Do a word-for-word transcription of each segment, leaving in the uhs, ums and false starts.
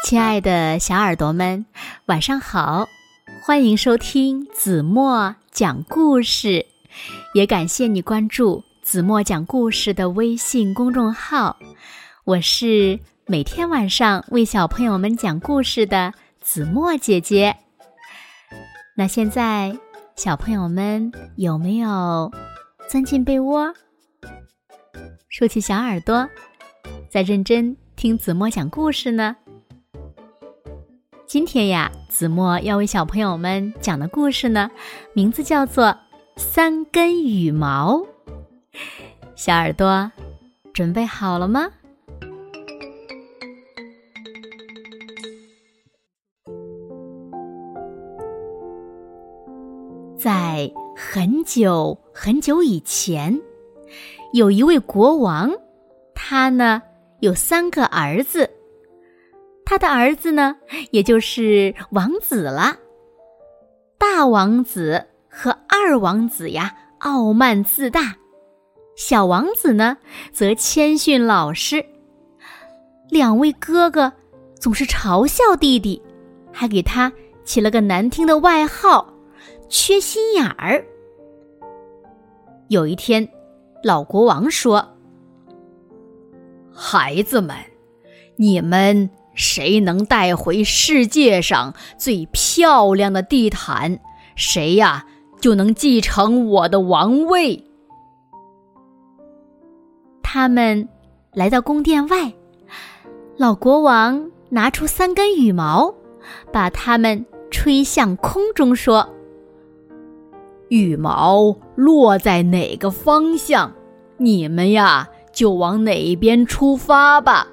亲爱的小耳朵们，晚上好，欢迎收听子墨讲故事，也感谢你关注子墨讲故事的微信公众号。我是每天晚上为小朋友们讲故事的子墨姐姐。那现在小朋友们有没有钻进被窝，竖起小耳朵，在认真听子墨讲故事呢？今天呀，子墨要为小朋友们讲的故事呢，名字叫做《三根羽毛》。小耳朵准备好了吗？在很久很久以前，有一位国王，他呢有三个儿子。他的儿子呢，也就是王子了。大王子和二王子呀，傲慢自大；小王子呢，则谦逊老实。两位哥哥总是嘲笑弟弟，还给他起了个难听的外号——缺心眼儿。有一天，老国王说：“ 孩子们，你们谁能带回世界上最漂亮的地毯，谁呀就能继承我的王位。” 他们来到宫殿外，老国王拿出三根羽毛，把它们吹向空中，说：“ 羽毛落在哪个方向，你们呀就往哪边出发吧。”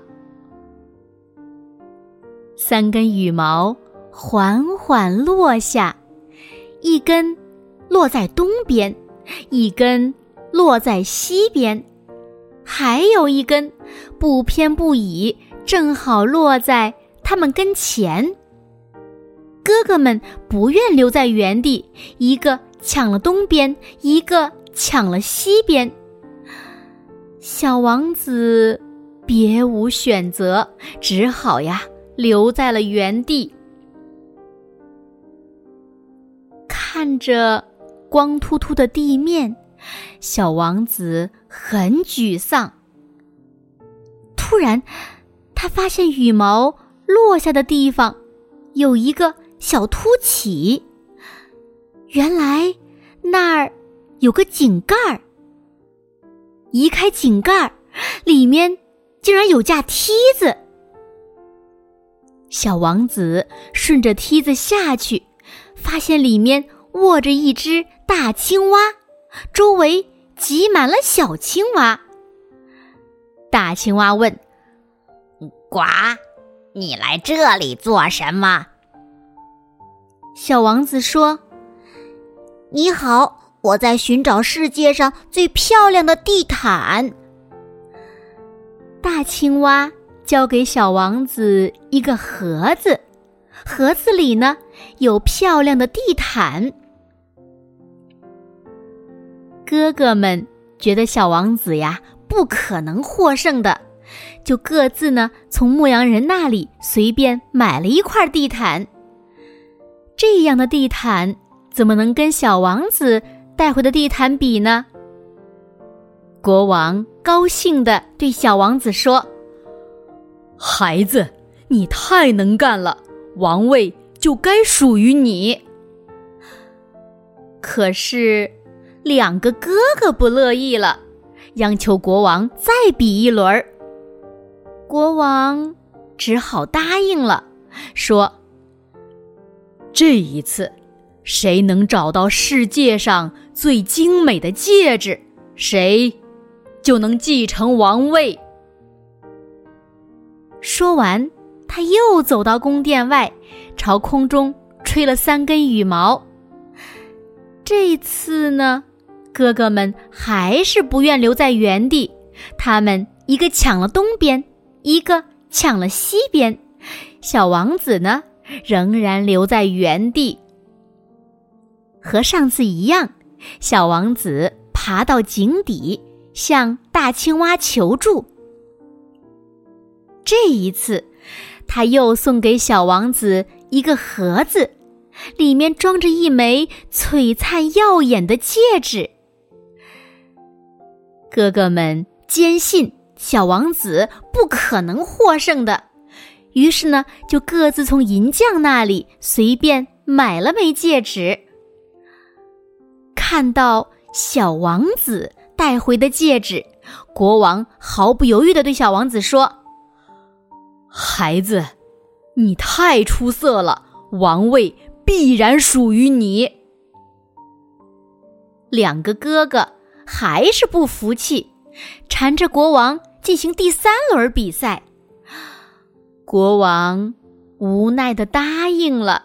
三根羽毛缓缓落下，一根落在东边，一根落在西边，还有一根不偏不倚，正好落在他们跟前。哥哥们不愿留在原地，一个抢了东边，一个抢了西边。小王子别无选择，只好呀留在了原地。看着光秃秃的地面，小王子很沮丧。突然，他发现羽毛落下的地方有一个小凸起，原来那儿有个井盖儿。移开井盖儿，里面竟然有架梯子。小王子顺着梯子下去，发现里面卧着一只大青蛙，周围挤满了小青蛙。大青蛙问：“ 呱，你来这里做什么？” 小王子说：“ 你好，我在寻找世界上最漂亮的地毯。” 大青蛙交给小王子一个盒子，盒子里呢有漂亮的地毯。哥哥们觉得小王子呀不可能获胜的，就各自呢从牧羊人那里随便买了一块地毯。这样的地毯怎么能跟小王子带回的地毯比呢？国王高兴地对小王子说：“ 孩子，你太能干了，王位就该属于你。” 可是两个哥哥不乐意了，央求国王再比一轮。国王只好答应了，说：“ 这一次，谁能找到世界上最精美的戒指，谁就能继承王位。” 说完，他又走到宫殿外，朝空中吹了三根羽毛。这次呢，哥哥们还是不愿留在原地，他们一个抢了东边，一个抢了西边。小王子呢，仍然留在原地。和上次一样，小王子爬到井底，向大青蛙求助。 这一次，他又送给小王子一个盒子，里面装着一枚璀璨耀眼的戒指。哥哥们坚信小王子不可能获胜的，于是呢，就各自从银匠那里随便买了枚戒指。看到小王子带回的戒指，国王毫不犹豫地对小王子说： 孩子，你太出色了，王位必然属于你。 两个哥哥还是不服气，缠着国王进行第三轮比赛。国王无奈地答应了。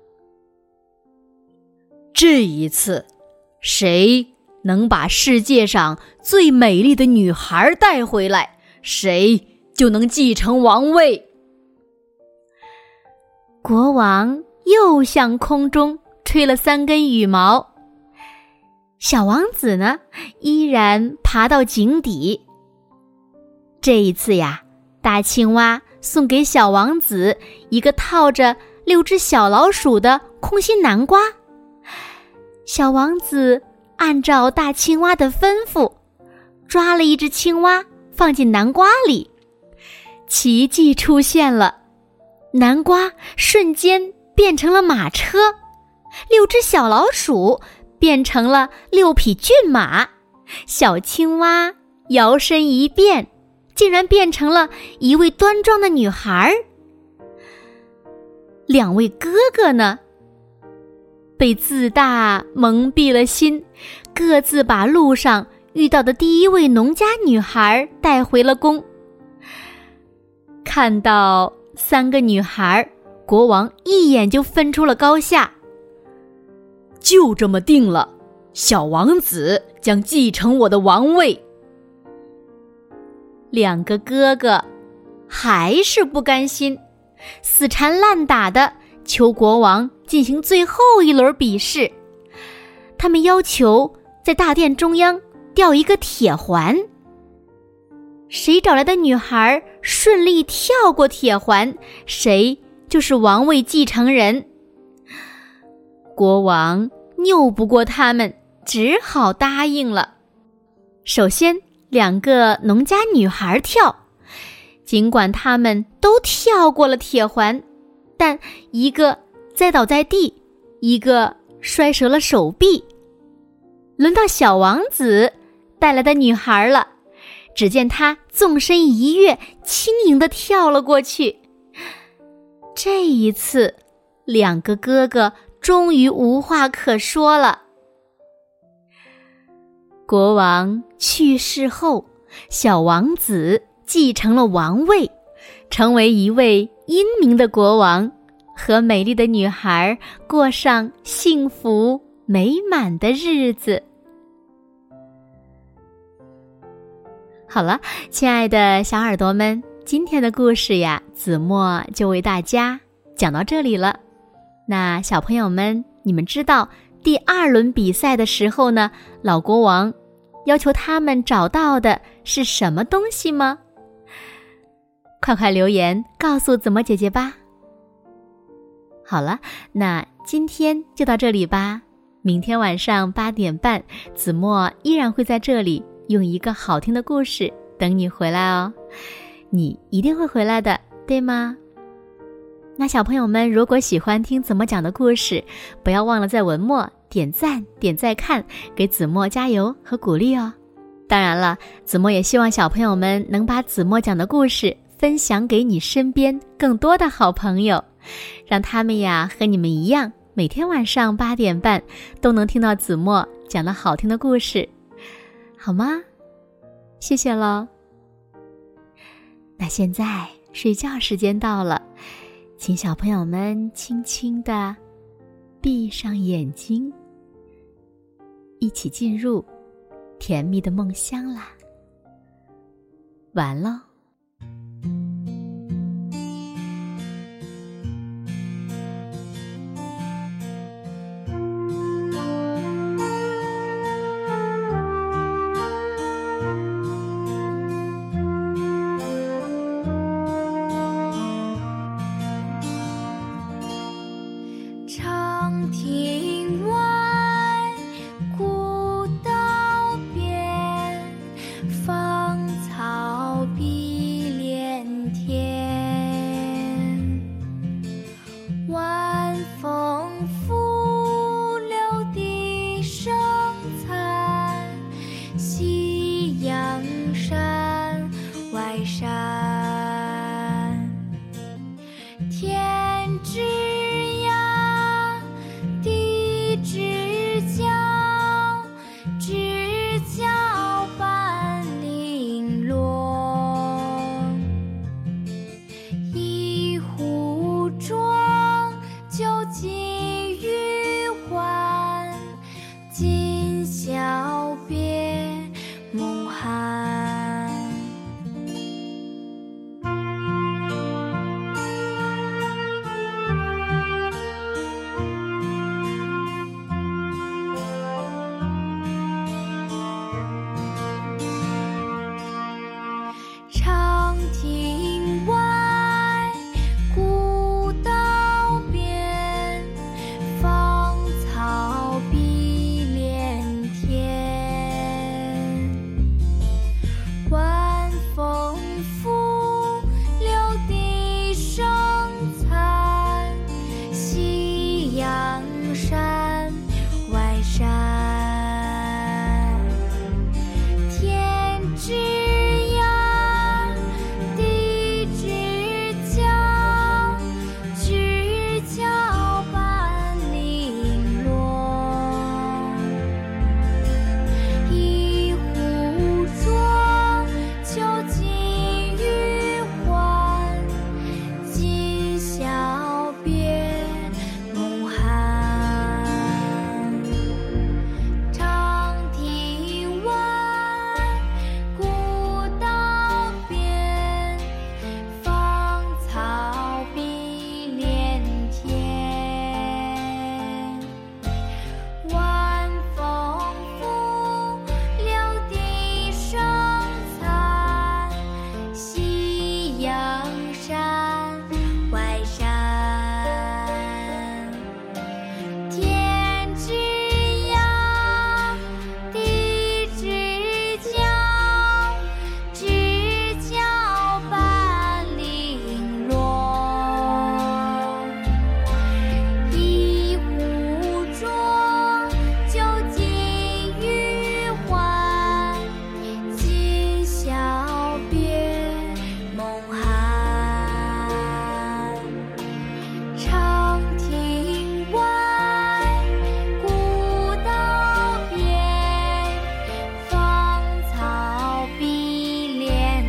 这一次，谁能把世界上最美丽的女孩带回来，谁就能继承王位。 国王又向空中吹了三根羽毛，小王子呢，依然爬到井底。这一次呀，大青蛙送给小王子一个套着六只小老鼠的空心南瓜。小王子按照大青蛙的吩咐，抓了一只青蛙放进南瓜里。奇迹出现了，南瓜瞬间变成了马车，六只小老鼠变成了六匹骏马，小青蛙摇身一变，竟然变成了一位端庄的女孩。两位哥哥呢，被自大蒙蔽了心，各自把路上遇到的第一位农家女孩带回了宫。看到三个女孩，国王一眼就分出了高下。 就这么定了，小王子将继承我的王位。 两个哥哥还是不甘心，死缠烂打的求国王进行最后一轮比试。他们要求在大殿中央吊一个铁环，谁找来的女孩顺利跳过铁环，谁就是王位继承人。国王拗不过他们，只好答应了。首先，两个农家女孩跳，尽管他们都跳过了铁环，但一个栽倒在地，一个摔折了手臂。轮到小王子带来的女孩了，只见她纵身一跃，轻盈地跳了过去。这一次，两个哥哥终于无话可说了。国王去世后，小王子继承了王位，成为一位英明的国王，和美丽的女孩过上幸福美满的日子。好了，亲爱的小耳朵们，今天的故事呀，子墨就为大家讲到这里了。那小朋友们，你们知道第二轮比赛的时候呢，老国王要求他们找到的是什么东西吗？快快留言告诉子墨姐姐吧。好了，那今天就到这里吧。明天晚上八点半，子墨依然会在这里用一个好听的故事等你回来哦。你一定会回来的，对吗？那小朋友们，如果喜欢听子墨讲的故事，不要忘了在文末点赞点再看，给子墨加油和鼓励哦。当然了，子墨也希望小朋友们能把子墨讲的故事分享给你身边更多的好朋友，让他们呀和你们一样，每天晚上八点半都能听到子墨讲的好听的故事，好吗？谢谢咯。那现在睡觉时间到了，请小朋友们轻轻地闭上眼睛，一起进入甜蜜的梦乡啦。晚安咯。 天之涯，地之角，知交半零落。一壶浊酒尽余欢，今宵别梦寒。长亭外，古道边，芳草碧连天。晚风拂柳笛声残，夕阳山外山。天之涯，地之角，知交半零落。一壶浊酒尽余欢，今宵别梦寒。长亭外，古道边，芳草碧连天。晚风拂柳笛声残，夕阳山外山。天之涯，地之角，知交半零落。一壶浊酒尽余欢，今宵别梦寒。长亭外，古道边，芳草碧连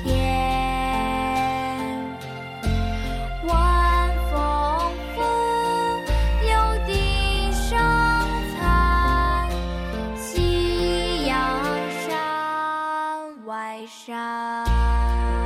天。晚风拂柳笛声残，夕阳山外山。